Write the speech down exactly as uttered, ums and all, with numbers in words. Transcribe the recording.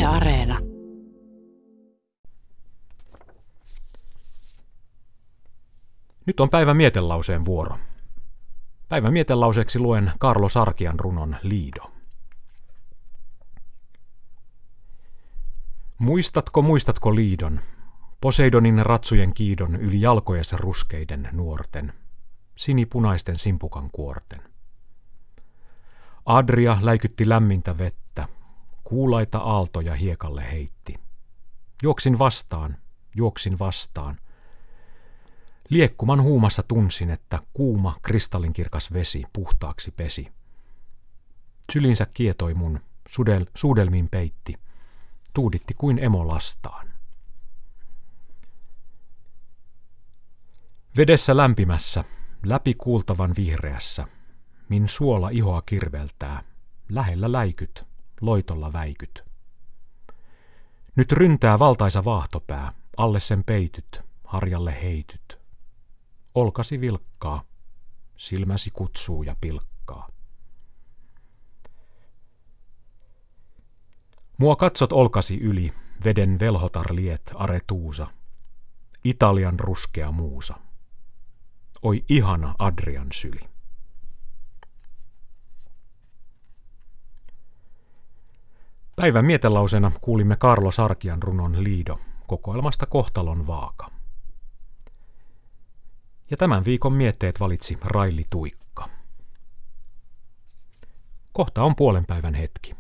Areena. Nyt on päivän mietelauseen vuoro. Päivän mietelauseeksi luen Kaarlo Sarkian runon Liido. Muistatko, muistatko Liidon, Poseidonin ratsujen kiidon yli jalkojensa ruskeiden nuorten, sinipunaisten simpukan kuorten. Adria läikytti lämmintä vettä, kuulaita aaltoja hiekalle heitti. Juoksin vastaan, juoksin vastaan. Liekkuman huumassa tunsin, että kuuma kristallinkirkas vesi puhtaaksi pesi. Sylinsä kietoi mun, sudel, suudelmiin peitti, tuuditti kuin emo lastaan. Vedessä lämpimässä, läpi kuultavan vihreässä, min suola ihoa kirveltää, lähellä läikyt, loitolla väikyt. Nyt ryntää valtaisa vaahtopää, alle sen peityt, harjalle heityt. Olkasi vilkkaa, silmäsi kutsuu ja pilkkaa. Mua katsot olkasi yli, veden velhotar liet aretuusa, Italian ruskea muusa. Oi ihana Adrian syli. Päivän mietelauseena kuulimme Kaarlo Sarkian runon Liido kokoelmasta Kohtalon vaaka. Ja tämän viikon mietteet valitsi Raili Tuikka. Kohta on puolen päivän hetki.